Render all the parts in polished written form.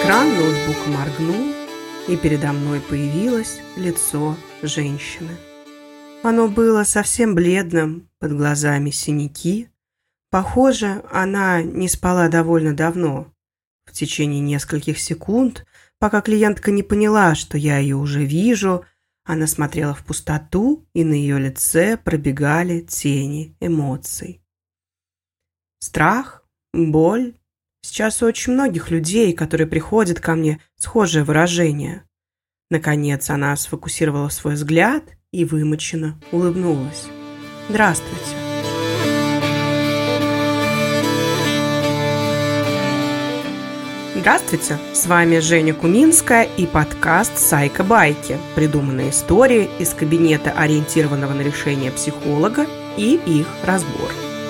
Экран ноутбука моргнул, и передо мной появилось лицо женщины. Оно было совсем бледным, под глазами синяки. Похоже, она не спала довольно давно. В течение нескольких секунд, пока клиентка не поняла, что я ее уже вижу, она смотрела в пустоту, и на ее лице пробегали тени эмоций. Страх, боль. Сейчас у очень многих людей, которые приходят ко мне, схожее выражение. Наконец она сфокусировала свой взгляд и вымученно улыбнулась. «Здравствуйте». Здравствуйте, с вами Женя Куминская и подкаст «Сайко-байки». Придуманные истории из кабинета, ориентированного на решение психолога, и их разбор.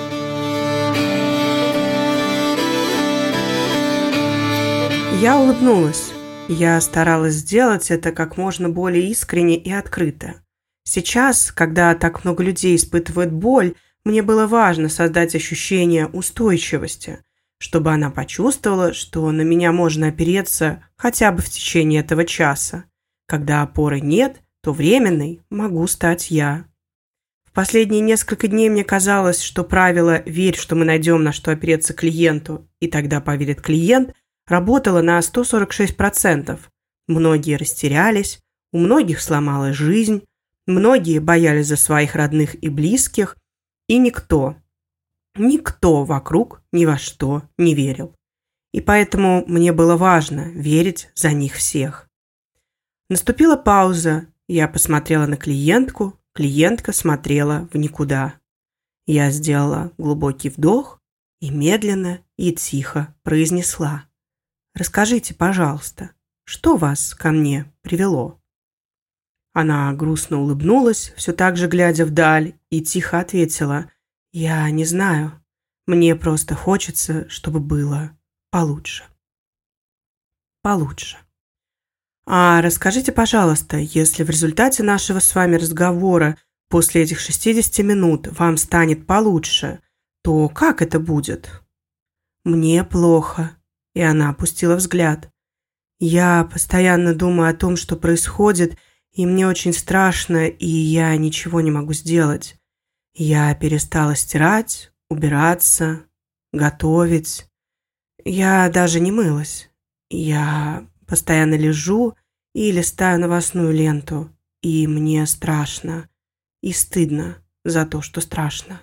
Я улыбнулась. Я старалась сделать это как можно более искренне и открыто. Сейчас, когда так много людей испытывают боль, мне было важно создать ощущение устойчивости, чтобы она почувствовала, что на меня можно опереться хотя бы в течение этого часа. Когда опоры нет, то временной могу стать я. В последние несколько дней мне казалось, что правило «верь, что мы найдем на что опереться клиенту, и тогда поверит клиент» работало на 146%. Многие растерялись, у многих сломалась жизнь, многие боялись за своих родных и близких, и никто вокруг ни во что не верил. И поэтому мне было важно верить за них всех. Наступила пауза, я посмотрела на клиентку, клиентка смотрела в никуда. Я сделала глубокий вдох и медленно и тихо произнесла: «Расскажите, пожалуйста, что вас ко мне привело?» Она грустно улыбнулась, все так же глядя вдаль, и тихо ответила: «Я не знаю. Мне просто хочется, чтобы было получше». Получше. А расскажите, пожалуйста, если в результате нашего с вами разговора после этих 60 минут вам станет получше, то как это будет? Мне плохо. И она опустила взгляд. Я постоянно думаю о том, что происходит, и мне очень страшно, и я ничего не могу сделать. Я перестала стирать, убираться, готовить. Я даже не мылась. Я постоянно лежу и листаю новостную ленту, и мне страшно и стыдно за то, что страшно.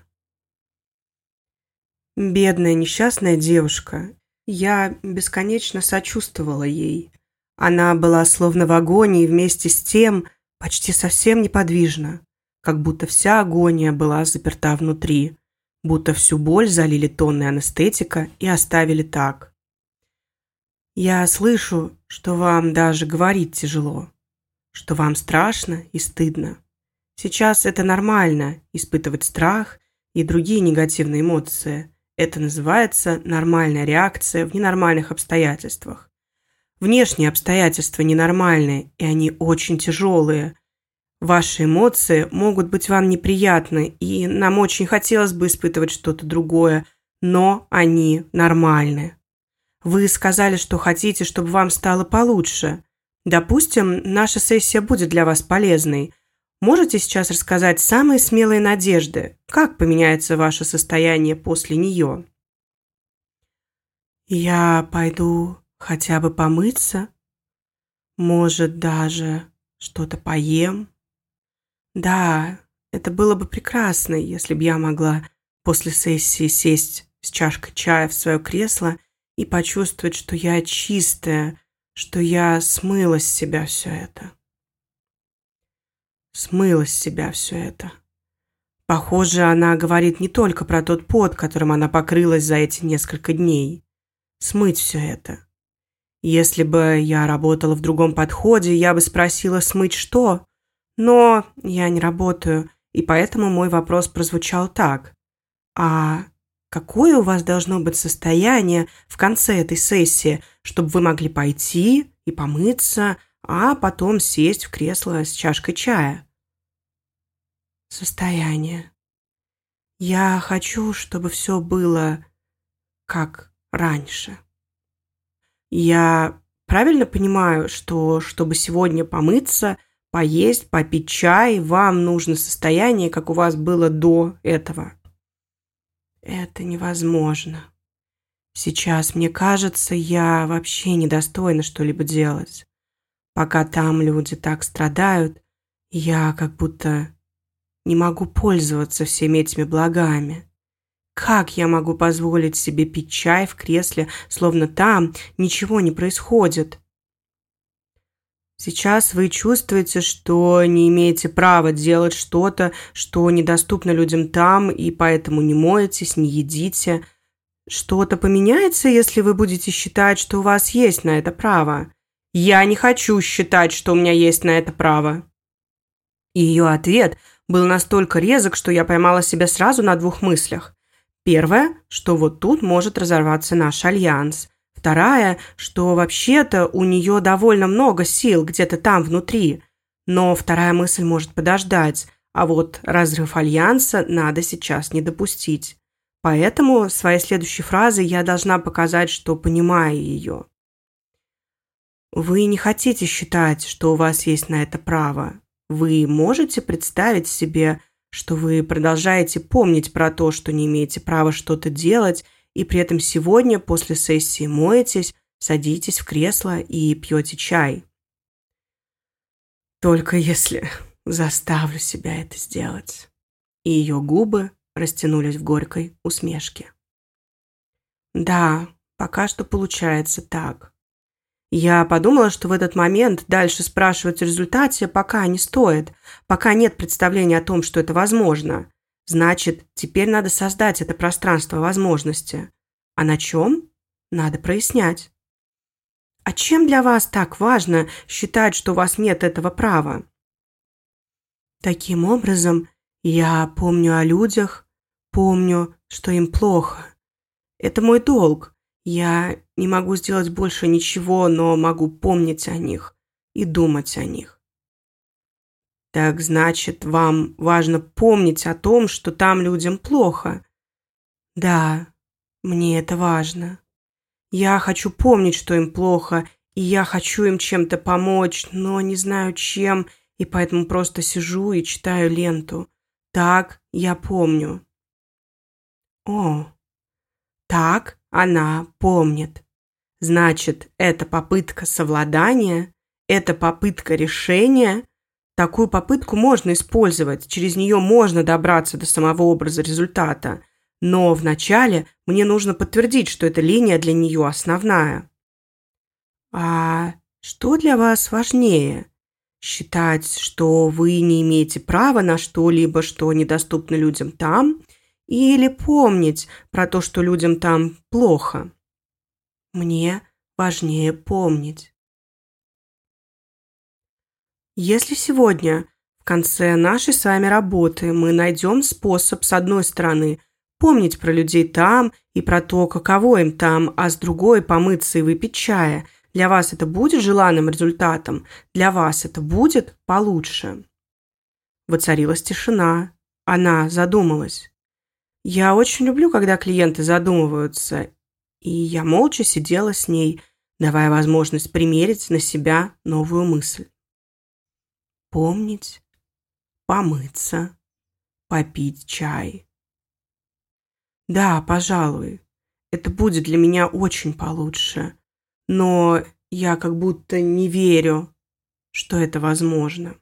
Бедная несчастная девушка. Я бесконечно сочувствовала ей. Она была словно в агонии вместе с тем, почти совсем неподвижна, как будто вся агония была заперта внутри, будто всю боль залили тонны анестетика и оставили так. Я слышу, что вам даже говорить тяжело, что вам страшно и стыдно. Сейчас это нормально – испытывать страх и другие негативные эмоции. Это называется нормальная реакция в ненормальных обстоятельствах. Внешние обстоятельства ненормальные, и они очень тяжелые. Ваши эмоции могут быть вам неприятны, и нам очень хотелось бы испытывать что-то другое, но они нормальны. Вы сказали, что хотите, чтобы вам стало получше. Допустим, наша сессия будет для вас полезной. Можете сейчас рассказать самые смелые надежды, как поменяется ваше состояние после нее? Я пойду хотя бы помыться, может, даже что-то поем. Да, это было бы прекрасно, если бы я могла после сессии сесть с чашкой чая в свое кресло и почувствовать, что я чистая, что я смыла с себя все это. Смыла с себя все это. Похоже, она говорит не только про тот пот, которым она покрылась за эти несколько дней. Смыть все это. Если бы я работала в другом подходе, я бы спросила, смыть что? Но я не работаю, и поэтому мой вопрос прозвучал так. А какое у вас должно быть состояние в конце этой сессии, чтобы вы могли пойти и помыться, а потом сесть в кресло с чашкой чая? Состояние. Я хочу, чтобы все было как раньше. Я правильно понимаю, что чтобы сегодня помыться, поесть, попить чай, вам нужно состояние, как у вас было до этого? Это невозможно. Сейчас, мне кажется, я вообще недостойна что-либо делать. Пока там люди так страдают, я как будто не могу пользоваться всеми этими благами. Как я могу позволить себе пить чай в кресле, словно там ничего не происходит? Сейчас вы чувствуете, что не имеете права делать что-то, что недоступно людям там, и поэтому не моетесь, не едите. Что-то поменяется, если вы будете считать, что у вас есть на это право? Я не хочу считать, что у меня есть на это право. И ее ответ был настолько резок, что я поймала себя сразу на двух мыслях. Первая, что вот тут может разорваться наш альянс. Вторая, что вообще-то у нее довольно много сил где-то там внутри. Но вторая мысль может подождать, а вот разрыв альянса надо сейчас не допустить. Поэтому своей следующей фразой я должна показать, что понимаю ее. Вы не хотите считать, что у вас есть на это право. Вы можете представить себе, что вы продолжаете помнить про то, что не имеете права что-то делать, и при этом сегодня после сессии моетесь, садитесь в кресло и пьете чай. Только если заставлю себя это сделать. И ее губы растянулись в горькой усмешке. Да, пока что получается так. Я подумала, что в этот момент дальше спрашивать о результате пока не стоит, пока нет представления о том, что это возможно. Значит, теперь надо создать это пространство возможности. А на чем? Надо прояснять. А чем для вас так важно считать, что у вас нет этого права? Таким образом, я помню о людях, помню, что им плохо. Это мой долг. Я не могу сделать больше ничего, но могу помнить о них и думать о них. Так значит, вам важно помнить о том, что там людям плохо? Да, мне это важно. Я хочу помнить, что им плохо, и я хочу им чем-то помочь, но не знаю чем, и поэтому просто сижу и читаю ленту. Так я помню. О, так она помнит. Значит, это попытка совладания, это попытка решения. Такую попытку можно использовать, через нее можно добраться до самого образа результата. Но вначале мне нужно подтвердить, что эта линия для нее основная. А что для вас важнее? Считать, что вы не имеете права на что-либо, что недоступно людям там, или помнить про то, что людям там плохо? Мне важнее помнить. Если сегодня, в конце нашей с вами работы, мы найдем способ, с одной стороны, помнить про людей там и про то, каково им там, а с другой помыться и выпить чая, для вас это будет желанным результатом, для вас это будет получше. Воцарилась тишина. Она задумалась. Я очень люблю, когда клиенты задумываются, и я молча сидела с ней, давая возможность примерить на себя новую мысль. Помнить, помыться, попить чай. Да, пожалуй, это будет для меня очень получше, но я как будто не верю, что это возможно.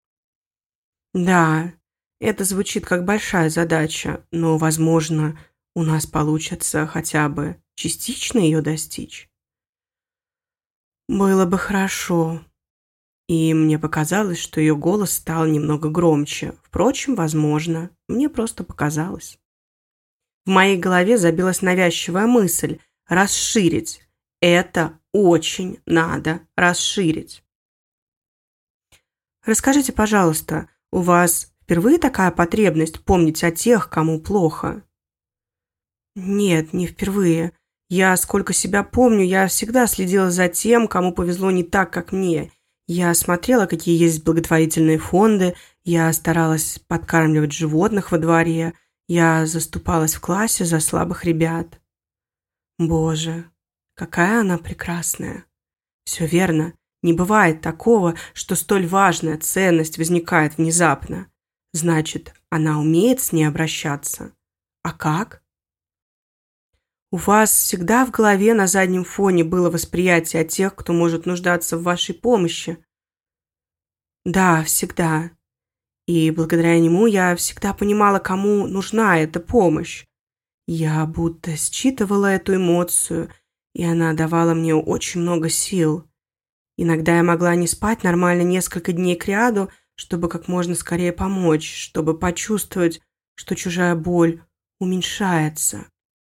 Да, это звучит как большая задача, но, возможно, у нас получится хотя бы частично ее достичь. Было бы хорошо. И мне показалось, что ее голос стал немного громче. Впрочем, возможно, мне просто показалось. В моей голове забилась навязчивая мысль – расширить. Это очень надо расширить. Расскажите, пожалуйста, у вас впервые такая потребность помнить о тех, кому плохо? Нет, не впервые. Я, сколько себя помню, я всегда следила за тем, кому повезло не так, как мне. Я смотрела, какие есть благотворительные фонды, я старалась подкармливать животных во дворе, я заступалась в классе за слабых ребят. Боже, какая она прекрасная. Все верно. Не бывает такого, что столь важная ценность возникает внезапно. Значит, она умеет с ней обращаться. А как? У вас всегда в голове на заднем фоне было восприятие о тех, кто может нуждаться в вашей помощи? Да, всегда. И благодаря нему я всегда понимала, кому нужна эта помощь. Я будто считывала эту эмоцию, и она давала мне очень много сил. Иногда я могла не спать нормально несколько дней кряду, чтобы как можно скорее помочь, чтобы почувствовать, что чужая боль уменьшается.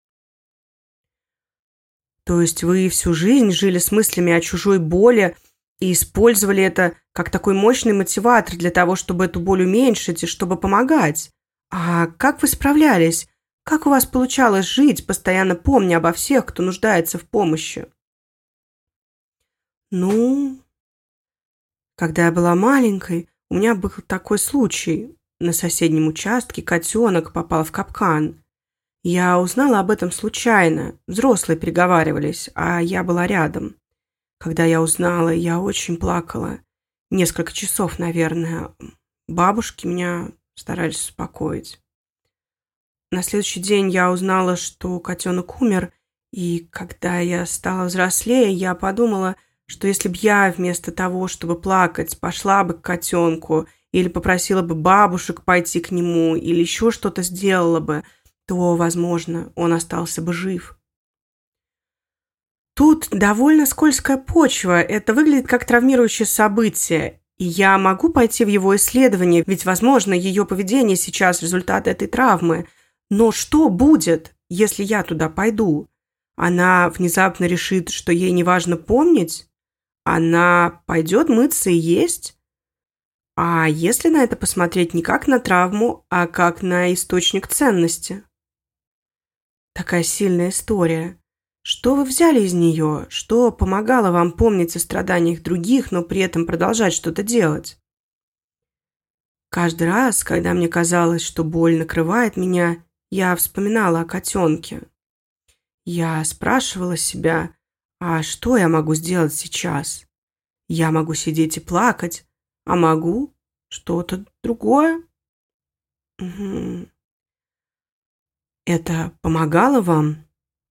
То есть вы всю жизнь жили с мыслями о чужой боли и использовали это как такой мощный мотиватор для того, чтобы эту боль уменьшить и чтобы помогать. А как вы справлялись? Как у вас получалось жить, постоянно помня обо всех, кто нуждается в помощи? Ну, когда я была маленькой, у меня был такой случай. На соседнем участке котенок попал в капкан. Я узнала об этом случайно. Взрослые переговаривались, а я была рядом. Когда я узнала, я очень плакала. Несколько часов, наверное. Бабушки меня старались успокоить. На следующий день я узнала, что котенок умер, и когда я стала взрослее, я подумала, что если б я вместо того, чтобы плакать, пошла бы к котенку или попросила бы бабушек пойти к нему, или еще что-то сделала бы, то, возможно, он остался бы жив. Тут довольно скользкая почва, это выглядит как травмирующее событие, и я могу пойти в его исследование, ведь, возможно, ее поведение сейчас результат этой травмы. Но что будет, если я туда пойду? Она внезапно решит, что ей не важно помнить? Она пойдет мыться и есть? А если на это посмотреть не как на травму, а как на источник ценности? Такая сильная история. Что вы взяли из нее? Что помогало вам помнить о страданиях других, но при этом продолжать что-то делать? Каждый раз, когда мне казалось, что боль накрывает меня, я вспоминала о котенке. Я спрашивала себя, а что я могу сделать сейчас? Я могу сидеть и плакать, а могу что-то другое? Мгм. Это помогало вам?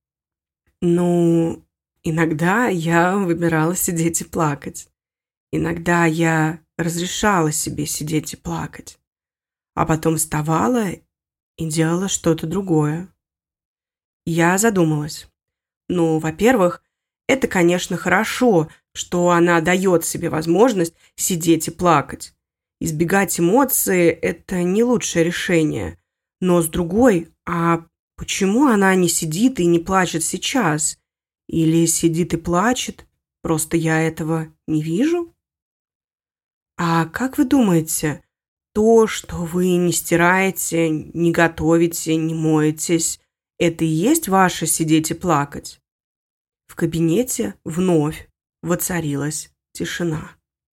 Ну, иногда я выбирала сидеть и плакать. Иногда я разрешала себе сидеть и плакать. А потом вставала и делала что-то другое. Я задумалась. Ну, во-первых, это, конечно, хорошо, что она дает себе возможность сидеть и плакать. Избегать эмоций – это не лучшее решение. Но с другой, а почему она не сидит и не плачет сейчас? Или сидит и плачет, просто я этого не вижу? А как вы думаете, то, что вы не стираете, не готовите, не моетесь, это и есть ваше сидеть и плакать? В кабинете вновь воцарилась тишина.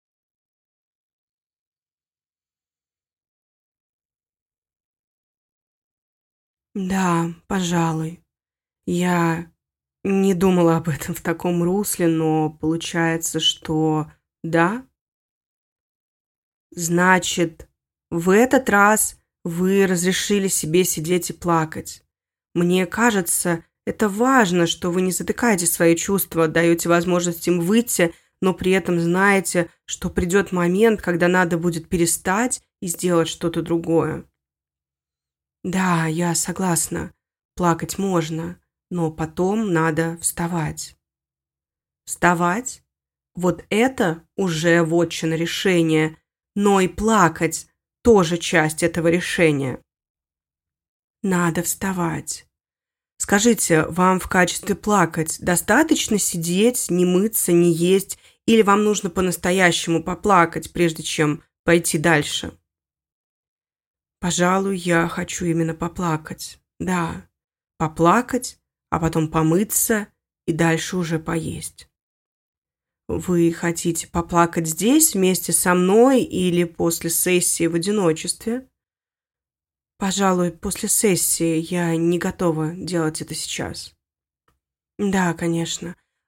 Да, пожалуй. Я не думала об этом в таком русле, но получается, что да. Значит, в этот раз вы разрешили себе сидеть и плакать. Мне кажется, это важно, что вы не затыкаете свои чувства, даете возможность им выйти, но при этом знаете, что придет момент, когда надо будет перестать и сделать что-то другое. Да, я согласна. Плакать можно, но потом надо вставать. Вставать? Вот это уже вотчина решения, но и плакать тоже часть этого решения. Надо вставать. Скажите, вам в качестве плакать достаточно сидеть, не мыться, не есть, или вам нужно по-настоящему поплакать, прежде чем пойти дальше? Пожалуй, я хочу именно поплакать. Да, поплакать, а потом помыться и дальше уже поесть. Вы хотите поплакать здесь вместе со мной или после сессии в одиночестве? Пожалуй, после сессии я не готова делать это сейчас. Да, конечно.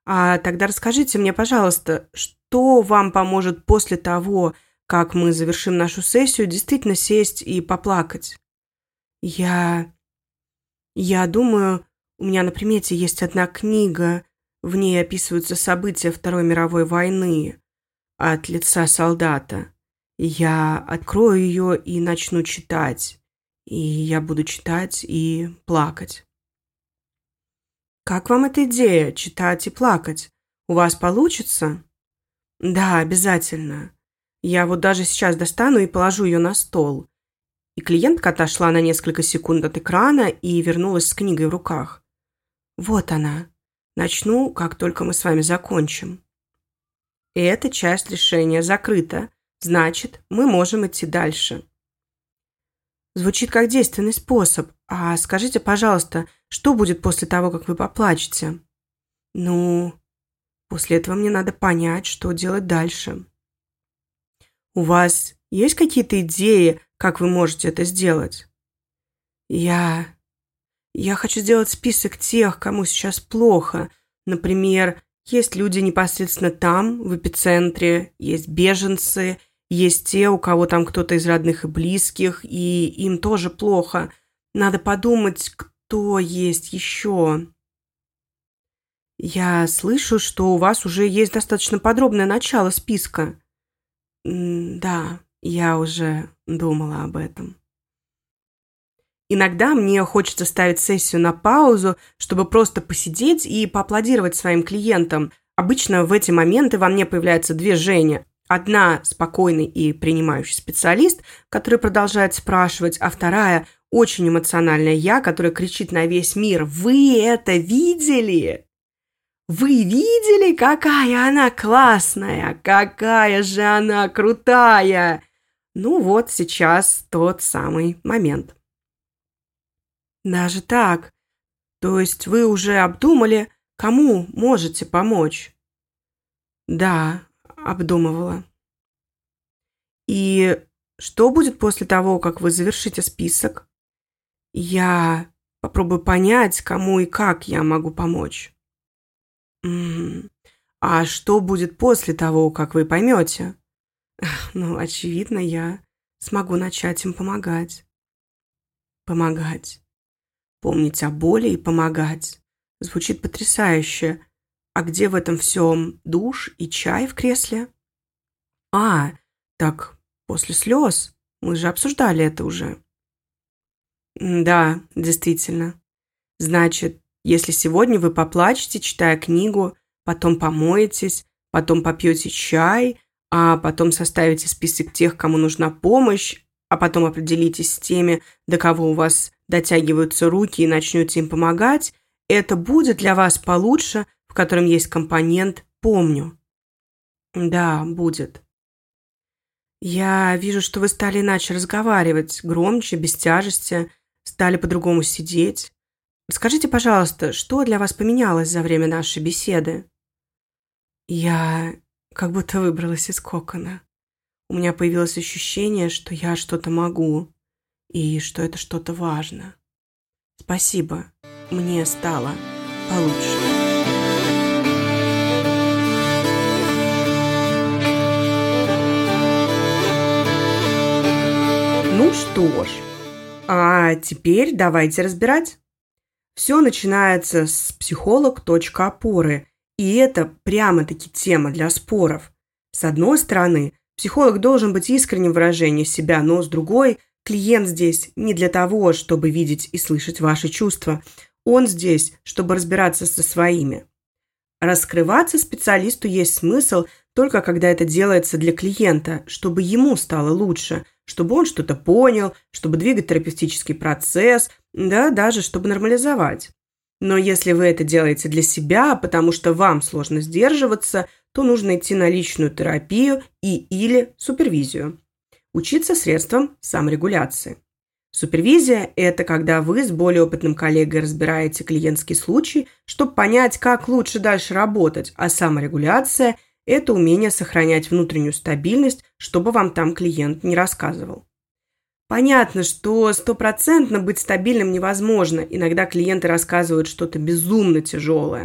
А тогда расскажите мне, пожалуйста, что вам поможет после того, как мы завершим нашу сессию, действительно сесть и поплакать? Я... Я думаю, у меня на примете есть одна книга, в ней описываются события Второй мировой войны от лица солдата. Я открою ее и начну читать. И я буду читать и плакать. Как вам эта идея – читать и плакать? У вас получится? Да, обязательно. Я вот даже сейчас достану и положу ее на стол. И клиентка отошла на несколько секунд от экрана и вернулась с книгой в руках. Вот она. Начну, как только мы с вами закончим. И эта часть решения закрыта. Значит, мы можем идти дальше. Звучит как действенный способ. А скажите, пожалуйста, что будет после того, как вы поплачете? Ну, после этого мне надо понять, что делать дальше. У вас есть какие-то идеи, как вы можете это сделать? Я хочу сделать список тех, кому сейчас плохо. Например, есть люди непосредственно там, в эпицентре, есть беженцы, есть те, у кого там кто-то из родных и близких, и им тоже плохо. Надо подумать, кто есть еще. Я слышу, что у вас уже есть достаточно подробное начало списка. Да, я уже думала об этом. Иногда мне хочется ставить сессию на паузу, чтобы просто посидеть и поаплодировать своим клиентам. Обычно в эти моменты во мне появляются две Жени. Одна – спокойный и принимающий специалист, который продолжает спрашивать, а вторая – очень эмоциональная я, которая кричит на весь мир: «Вы это видели? Вы видели, какая она классная? Какая же она крутая!» Ну вот сейчас тот самый момент. Даже так? То есть вы уже обдумали, кому можете помочь? Да, обдумывала. И что будет после того, как вы завершите список? Я попробую понять, кому и как я могу помочь. А что будет после того, как вы поймете? Ну, очевидно, я смогу начать им помогать. Помогать. Помнить о боли и помогать. Звучит потрясающе. А где в этом всем душ и чай в кресле? Так после слез. Мы же обсуждали это уже. Да, действительно. Значит, если сегодня вы поплачете, читая книгу, потом помоетесь, потом попьете чай, а потом составите список тех, кому нужна помощь, а потом определитесь с теми, до кого у вас дотягиваются руки, и начнете им помогать, это будет для вас получше, в котором есть компонент «помню». Да, будет. Я вижу, что вы стали иначе разговаривать, громче, без тяжести, стали по-другому сидеть. Скажите, пожалуйста, что для вас поменялось за время нашей беседы? Я как будто выбралась из кокона. У меня появилось ощущение, что я что-то могу, и что это что-то важно. Спасибо, мне стало получше. Ну что ж, а теперь давайте разбирать. Все начинается с психолог. Опоры, и это прямо-таки тема для споров. С одной стороны, психолог должен быть искренним в выражении себя, но с другой, клиент здесь не для того, чтобы видеть и слышать ваши чувства. Он здесь, чтобы разбираться со своими. Раскрываться специалисту есть смысл только когда это делается для клиента, чтобы ему стало лучше, чтобы он что-то понял, чтобы двигать терапевтический процесс, да даже чтобы нормализовать. Но если вы это делаете для себя, потому что вам сложно сдерживаться, то нужно идти на личную терапию или супервизию. Учиться средствам саморегуляции. Супервизия – это когда вы с более опытным коллегой разбираете клиентский случай, чтобы понять, как лучше дальше работать, а саморегуляция – это умение сохранять внутреннюю стабильность, чтобы вам там клиент не рассказывал. Понятно, что 100% быть стабильным невозможно. Иногда клиенты рассказывают что-то безумно тяжелое.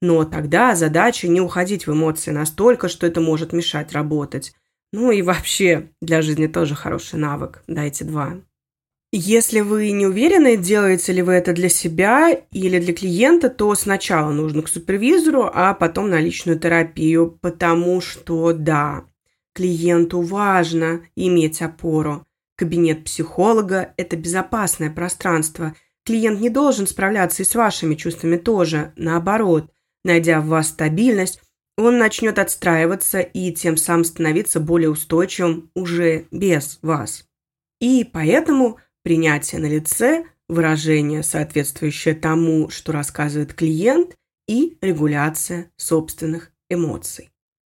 Но тогда задача не уходить в эмоции настолько, что это может мешать работать. Ну и вообще, для жизни тоже хороший навык. Дайте 2. Если вы не уверены, делаете ли вы это для себя или для клиента, то сначала нужно к супервизору, а потом на личную терапию, потому что, да, клиенту важно иметь опору. Кабинет психолога – это безопасное пространство. Клиент не должен справляться и с вашими чувствами тоже. Наоборот, найдя в вас стабильность, он начнет отстраиваться и тем самым становиться более устойчивым уже без вас. И поэтому принятие на лице, выражение, соответствующее тому, что рассказывает клиент, и регуляция собственных эмоций.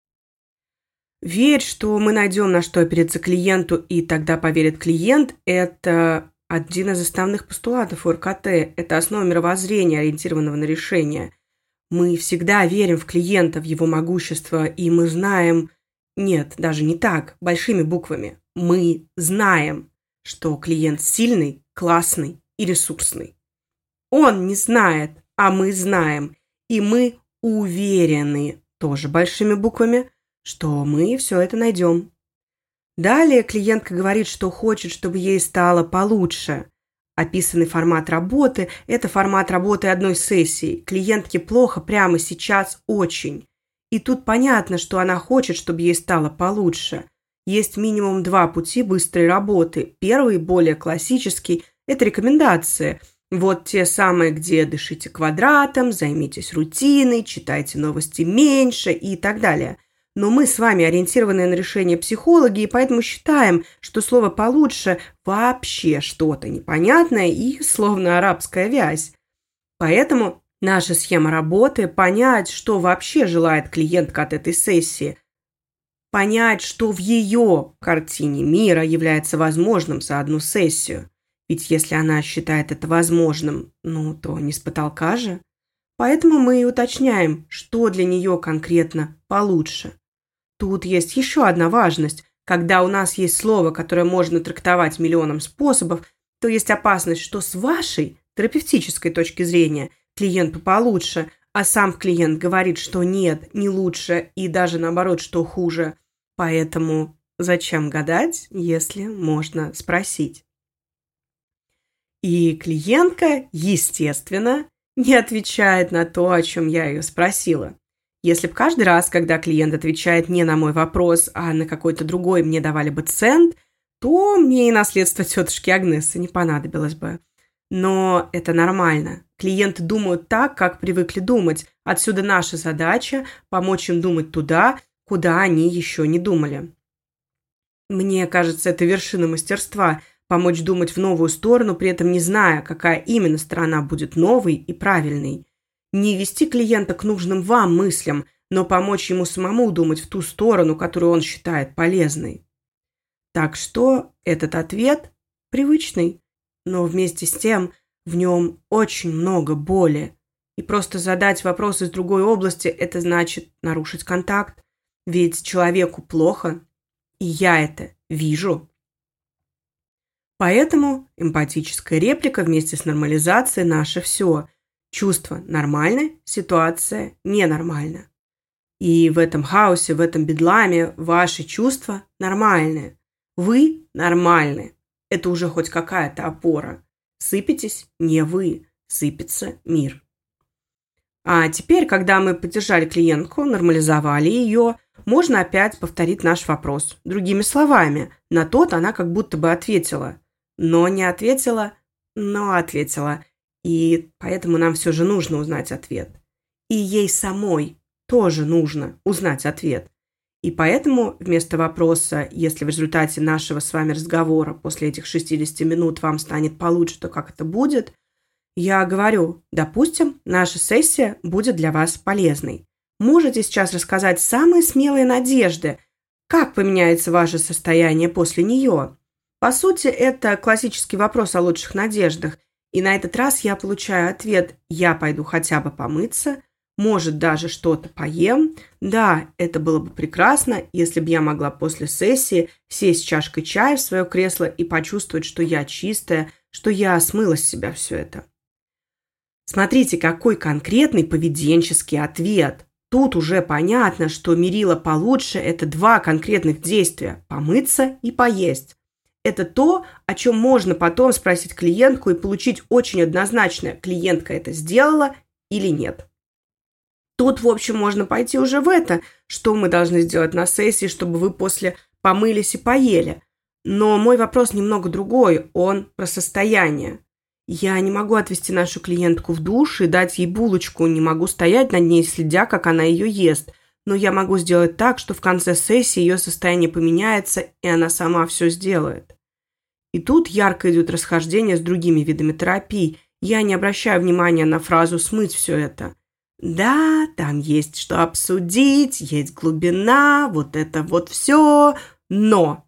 Верь, что мы найдем, на что опереться клиенту, и тогда поверит клиент – это один из основных постулатов ОРКТ. Это основа мировоззрения, ориентированного на решение. Мы всегда верим в клиента, в его могущество, и мы знаем… Нет, даже не так, большими буквами. Мы знаем, что клиент сильный, классный и ресурсный. Он не знает, а мы знаем. И мы уверены, тоже большими буквами, что мы все это найдем. Далее клиентка говорит, что хочет, чтобы ей стало получше. Описанный формат работы – это формат работы одной сессии. Клиентке плохо прямо сейчас очень. И тут понятно, что она хочет, чтобы ей стало получше. Есть минимум 2 пути быстрой работы. Первый, более классический, это рекомендации. Вот те самые, где дышите квадратом, займитесь рутиной, читайте новости меньше и так далее. Но мы с вами ориентированы на решение психологи, и поэтому считаем, что слово «получше» вообще что-то непонятное и словно арабская вязь. Поэтому наша схема работы – понять, что вообще желает клиентка от этой сессии, понять, что в ее картине мира является возможным за одну сессию. Ведь если она считает это возможным, то не с потолка же. Поэтому мы и уточняем, что для нее конкретно получше. Тут есть еще одна важность. Когда у нас есть слово, которое можно трактовать миллионом способов, то есть опасность, что с вашей терапевтической точки зрения клиенту получше, а сам клиент говорит, что нет, не лучше и даже наоборот, что хуже. Поэтому зачем гадать, если можно спросить? И клиентка, естественно, не отвечает на то, о чем я ее спросила. Если бы каждый раз, когда клиент отвечает не на мой вопрос, а на какой-то другой, мне давали бы цент, то мне и наследство тетушки Агнессы не понадобилось бы. Но это нормально. Клиенты думают так, как привыкли думать. Отсюда наша задача – помочь им думать туда, куда они еще не думали. Мне кажется, это вершина мастерства – помочь думать в новую сторону, при этом не зная, какая именно сторона будет новой и правильной. Не вести клиента к нужным вам мыслям, но помочь ему самому думать в ту сторону, которую он считает полезной. Так что этот ответ привычный, но вместе с тем в нем очень много боли. И просто задать вопрос из другой области – это значит нарушить контакт. Ведь человеку плохо, и я это вижу. Поэтому эмпатическая реплика вместе с нормализацией – наше все. Чувство нормально, ситуация ненормальна. И в этом хаосе, в этом бедламе ваши чувства нормальные. Вы нормальны. Это уже хоть какая-то опора. Сыпетесь не вы, сыпется мир. А теперь, когда мы поддержали клиентку, нормализовали ее, можно опять повторить наш вопрос. Другими словами, на тот она как будто бы ответила. Но не ответила, но ответила. И поэтому нам все же нужно узнать ответ. И ей самой тоже нужно узнать ответ. И поэтому вместо вопроса, если в результате нашего с вами разговора после этих 60 минут вам станет получше, то как это будет, я говорю, допустим, наша сессия будет для вас полезной. Можете сейчас рассказать самые смелые надежды, как поменяется ваше состояние после нее. По сути, это классический вопрос о лучших надеждах. И на этот раз я получаю ответ «я пойду хотя бы помыться», может, даже что-то поем. Да, это было бы прекрасно, если бы я могла после сессии сесть с чашкой чая в свое кресло и почувствовать, что я чистая, что я смыла с себя все это. Смотрите, какой конкретный поведенческий ответ. Тут уже понятно, что мерило получше – это 2 конкретных действия – помыться и поесть. Это то, о чем можно потом спросить клиентку и получить очень однозначное, клиентка это сделала или нет. Тут, в общем, можно пойти уже в это, что мы должны сделать на сессии, чтобы вы после помылись и поели. Но мой вопрос немного другой, он про состояние. Я не могу отвести нашу клиентку в душ и дать ей булочку, не могу стоять над ней, следя, как она ее ест. Но я могу сделать так, что в конце сессии ее состояние поменяется, и она сама все сделает. И тут ярко идет расхождение с другими видами терапий. Я не обращаю внимания на фразу «смыть все это». Да, там есть что обсудить, есть глубина, вот это вот все, но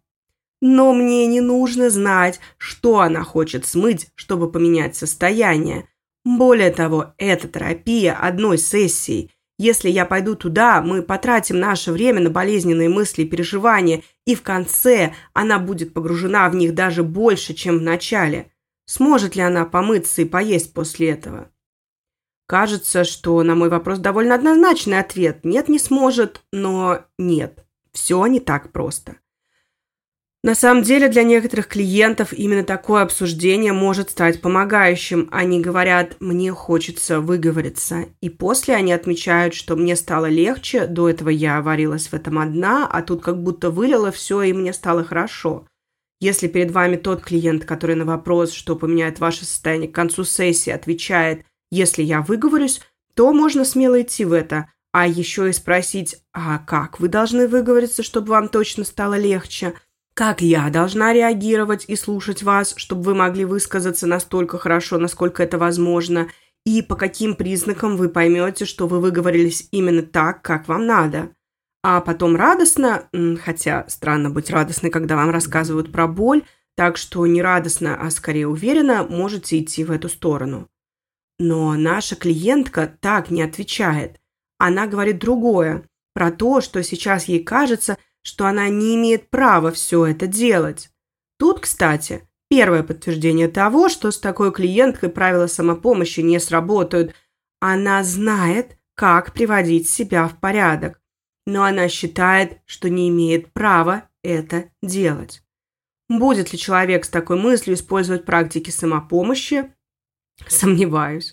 мне не нужно знать, что она хочет смыть, чтобы поменять состояние. Более того, это терапия одной сессии. Если я пойду туда, мы потратим наше время на болезненные мысли и переживания, и в конце она будет погружена в них даже больше, чем в начале. Сможет ли она помыться и поесть после этого? Кажется, что на мой вопрос довольно однозначный ответ. Нет, не сможет, но нет. Все не так просто. На самом деле для некоторых клиентов именно такое обсуждение может стать помогающим. Они говорят: «Мне хочется выговориться». И после они отмечают, что мне стало легче, до этого я варилась в этом одна, а тут как будто вылила все, и мне стало хорошо. Если перед вами тот клиент, который на вопрос, что поменяет ваше состояние к концу сессии, отвечает: «Если я выговорюсь», то можно смело идти в это. А еще и спросить: «А как вы должны выговориться, чтобы вам точно стало легче?» Как я должна реагировать и слушать вас, чтобы вы могли высказаться настолько хорошо, насколько это возможно? И по каким признакам вы поймете, что вы выговорились именно так, как вам надо? А потом радостно, хотя странно быть радостной, когда вам рассказывают про боль, так что не радостно, а скорее уверенно можете идти в эту сторону. Но наша клиентка так не отвечает. Она говорит другое, про то, что сейчас ей кажется, что она не имеет права все это делать. Тут, кстати, первое подтверждение того, что с такой клиенткой правила самопомощи не сработают. Она знает, как приводить себя в порядок, но она считает, что не имеет права это делать. Будет ли человек с такой мыслью использовать практики самопомощи? Сомневаюсь.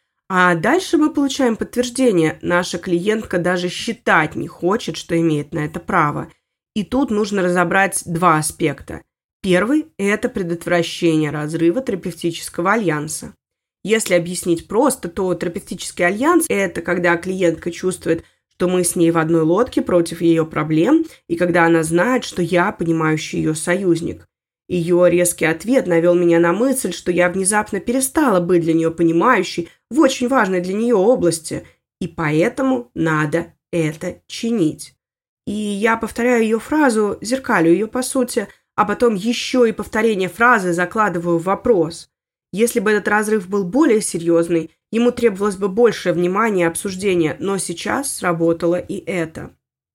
А дальше мы получаем подтверждение. Наша клиентка даже считать не хочет, что имеет на это право. И тут нужно разобрать 2 аспекта. Первый – это предотвращение разрыва терапевтического альянса. Если объяснить просто, то терапевтический альянс – это когда клиентка чувствует, что мы с ней в одной лодке против ее проблем, и когда она знает, что я понимающий ее союзник. Ее резкий ответ навел меня на мысль, что я внезапно перестала быть для нее понимающей в очень важной для нее области, и поэтому надо это чинить. И я повторяю ее фразу, зеркалю ее по сути, а потом еще и повторение фразы закладываю в вопрос. Если бы этот разрыв был более серьезный, ему требовалось бы большее внимание и обсуждение, но сейчас сработало и это.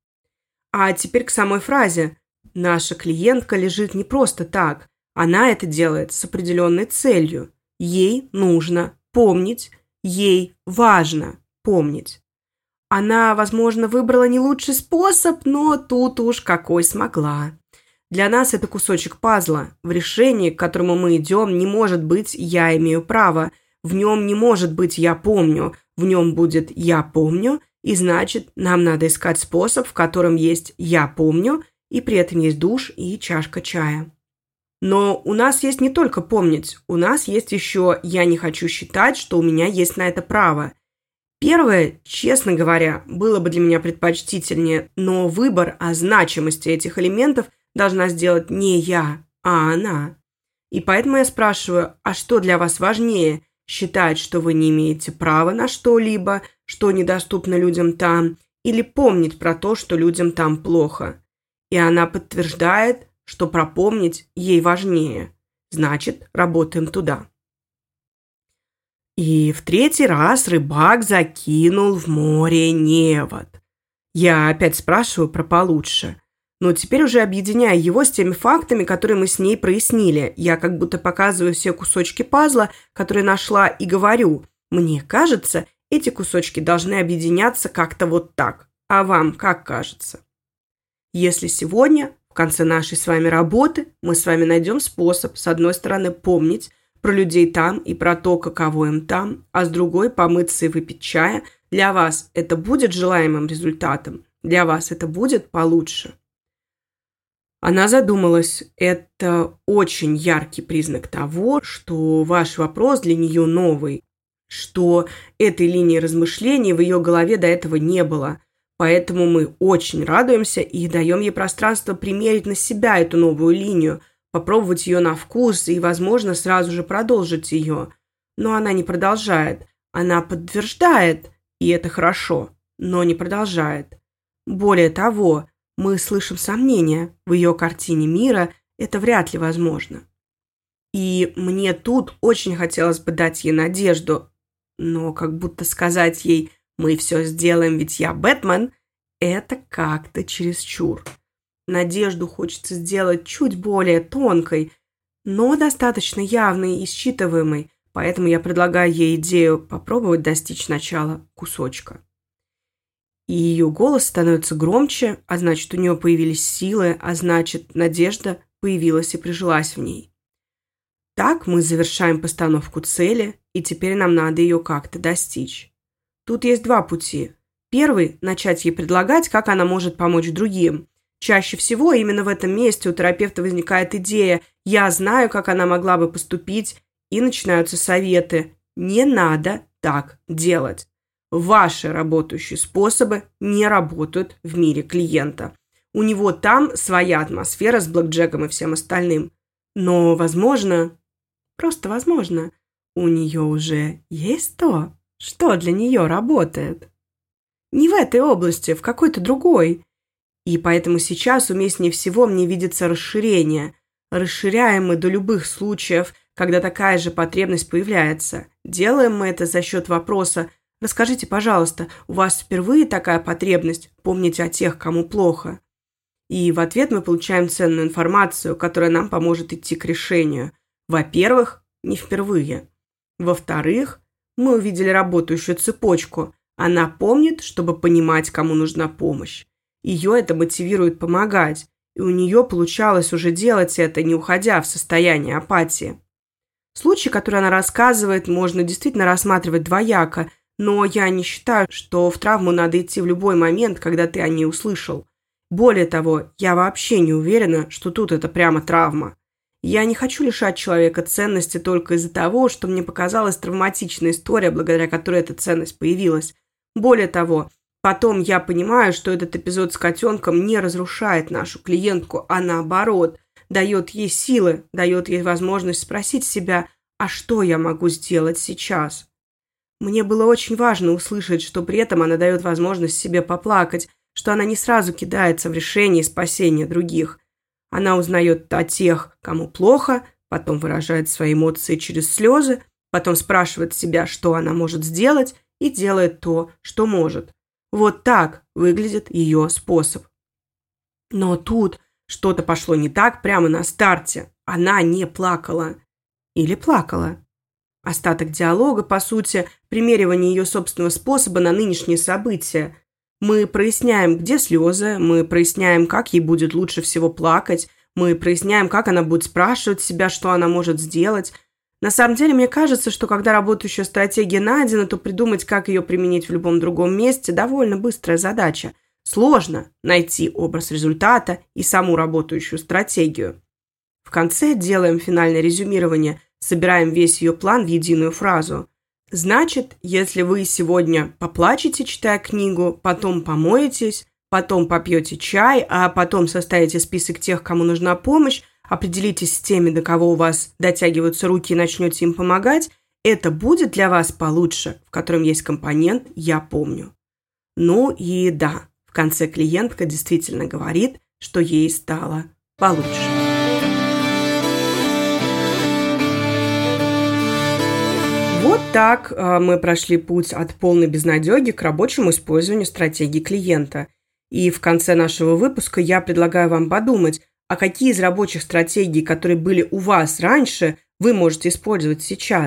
А теперь к самой фразе. Наша клиентка лежит не просто так. Она это делает с определенной целью. Ей нужно помнить, ей важно помнить. Она, возможно, выбрала не лучший способ, но тут уж какой смогла. Для нас это кусочек пазла. В решении, к которому мы идем, не может быть «я имею право». В нем не может быть «я помню». В нем будет «я помню», и значит, нам надо искать способ, в котором есть «я помню», и при этом есть душ и чашка чая. Но у нас есть не только помнить, у нас есть еще «я не хочу считать, что у меня есть на это право». Первое, честно говоря, было бы для меня предпочтительнее, но выбор о значимости этих элементов должна сделать не я, а она. И поэтому я спрашиваю, а что для вас важнее? Считать, что вы не имеете права на что-либо, что недоступно людям там, или помнить про то, что людям там плохо? И она подтверждает, что пропомнить ей важнее. Значит, работаем туда. И в 3-й раз рыбак закинул в море невод. Я опять спрашиваю про получше. Но теперь уже объединяя его с теми фактами, которые мы с ней прояснили. Я как будто показываю все кусочки пазла, которые нашла, и говорю: Мне кажется, эти кусочки должны объединяться как-то вот так. А вам как кажется? Если сегодня, в конце нашей с вами работы, мы с вами найдем способ, с одной стороны, помнить про людей там и про то, каково им там, а с другой помыться и выпить чая, для вас это будет желаемым результатом? Для вас это будет получше? Она задумалась. Это очень яркий признак того, что ваш вопрос для нее новый, что этой линии размышлений в ее голове до этого не было. Поэтому мы очень радуемся и даем ей пространство примерить на себя эту новую линию, попробовать ее на вкус и, возможно, сразу же продолжить ее. Но она не продолжает. Она подтверждает, и это хорошо, но не продолжает. Более того, мы слышим сомнения. В ее картине мира это вряд ли возможно. И мне тут очень хотелось бы дать ей надежду, но как будто сказать ей «мы все сделаем, ведь я Бэтмен» – это как-то чересчур. Надежду хочется сделать чуть более тонкой, но достаточно явной и считываемой, поэтому я предлагаю ей идею попробовать достичь начала кусочка. И ее голос становится громче, а значит, у нее появились силы, а значит, надежда появилась и прижилась в ней. Так мы завершаем постановку цели, и теперь нам надо ее как-то достичь. Тут есть два пути. Первый – начать ей предлагать, как она может помочь другим. Чаще всего именно в этом месте у терапевта возникает идея «я знаю, как она могла бы поступить», и начинаются советы «не надо так делать». Ваши работающие способы не работают в мире клиента. У него там своя атмосфера с блэкджеком и всем остальным. Но, возможно, просто возможно, у нее уже есть то, что для нее работает. Не в этой области, в какой-то другой. И поэтому сейчас уместнее всего мне видится расширение. Расширяем мы до любых случаев, когда такая же потребность появляется. Делаем мы это за счет вопроса «Расскажите, пожалуйста, у вас впервые такая потребность помнить о тех, кому плохо?» И в ответ мы получаем ценную информацию, которая нам поможет идти к решению. Во-первых, не впервые. Во-вторых, мы увидели работающую цепочку. Она помнит, чтобы понимать, кому нужна помощь. Ее это мотивирует помогать, и у нее получалось уже делать это, не уходя в состояние апатии. Случай, который она рассказывает, можно действительно рассматривать двояко, но я не считаю, что в травму надо идти в любой момент, когда ты о ней услышал. Более того, я вообще не уверена, что тут это прямо травма. Я не хочу лишать человека ценности только из-за того, что мне показалась травматичная история, благодаря которой эта ценность появилась. Более того, потом я понимаю, что этот эпизод с котенком не разрушает нашу клиентку, а наоборот, дает ей силы, дает ей возможность спросить себя, а что я могу сделать сейчас? Мне было очень важно услышать, что при этом она дает возможность себе поплакать, что она не сразу кидается в решение спасения других. Она узнает о тех, кому плохо, потом выражает свои эмоции через слезы, потом спрашивает себя, что она может сделать, и делает то, что может. Вот так выглядит ее способ. Но тут что-то пошло не так прямо на старте. Она не плакала. Или плакала. Остаток диалога, по сути, примеривание ее собственного способа на нынешние события. Мы проясняем, где слезы, мы проясняем, как ей будет лучше всего плакать, мы проясняем, как она будет спрашивать себя, что она может сделать. На самом деле, мне кажется, что когда работающая стратегия найдена, то придумать, как ее применить в любом другом месте, довольно быстрая задача. Сложно найти образ результата и саму работающую стратегию. В конце делаем финальное резюмирование, собираем весь ее план в единую фразу. Значит, если вы сегодня поплачете, читая книгу, потом помоетесь, потом попьете чай, а потом составите список тех, кому нужна помощь, определитесь с теми, до кого у вас дотягиваются руки и начнете им помогать, это будет для вас получше, в котором есть компонент «я помню». Ну и да, в конце клиентка действительно говорит, что ей стало получше. Вот так мы прошли путь от полной безнадеги к рабочему использованию стратегии клиента. И в конце нашего выпуска я предлагаю вам подумать, а какие из рабочих стратегий, которые были у вас раньше, вы можете использовать сейчас.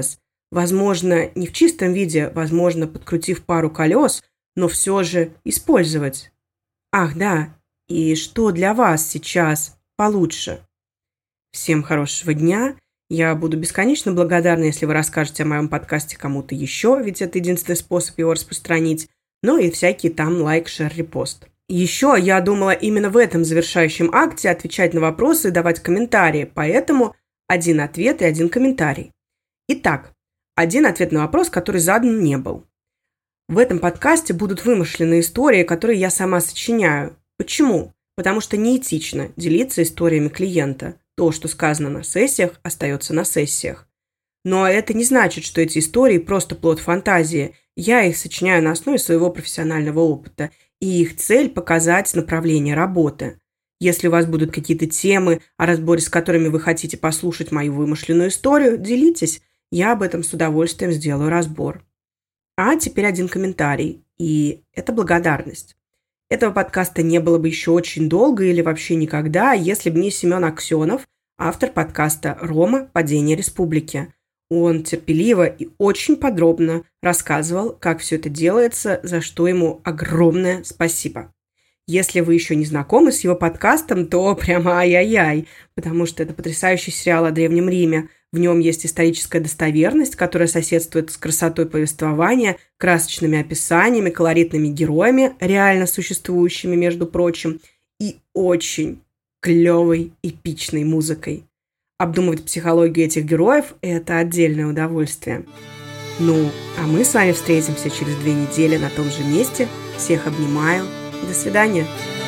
Возможно, не в чистом виде, возможно, подкрутив пару колес, но все же использовать. Ах, да, и что для вас сейчас получше? Всем хорошего дня. Я буду бесконечно благодарна, если вы расскажете о моем подкасте кому-то еще, ведь это единственный способ его распространить. Ну и всякие там лайк, шер, репост. Еще я думала именно в этом завершающем акте отвечать на вопросы и давать комментарии, поэтому один ответ и один комментарий. Итак, один ответ на вопрос, который задан не был. В этом подкасте будут вымышленные истории, которые я сама сочиняю. Почему? Потому что неэтично делиться историями клиента. То, что сказано на сессиях, остается на сессиях. Но это не значит, что эти истории просто плод фантазии. Я их сочиняю на основе своего профессионального опыта, и их цель – показать направление работы. Если у вас будут какие-то темы, о разборе с которыми вы хотите послушать мою вымышленную историю, делитесь, я об этом с удовольствием сделаю разбор. А теперь один комментарий, и это благодарность. Этого подкаста не было бы еще очень долго или вообще никогда, если бы не Семен Аксенов, автор подкаста «Рома. Падение республики». Он терпеливо и очень подробно рассказывал, как все это делается, за что ему огромное спасибо. Если вы еще не знакомы с его подкастом, то прямо ай-яй-яй, потому что это потрясающий сериал о Древнем Риме. В нем есть историческая достоверность, которая соседствует с красотой повествования, красочными описаниями, колоритными героями, реально существующими, между прочим, и очень клевой, эпичной музыкой. Обдумывать психологию этих героев – это отдельное удовольствие. Ну, а мы с вами встретимся через 2 недели на том же месте. Всех обнимаю. До свидания.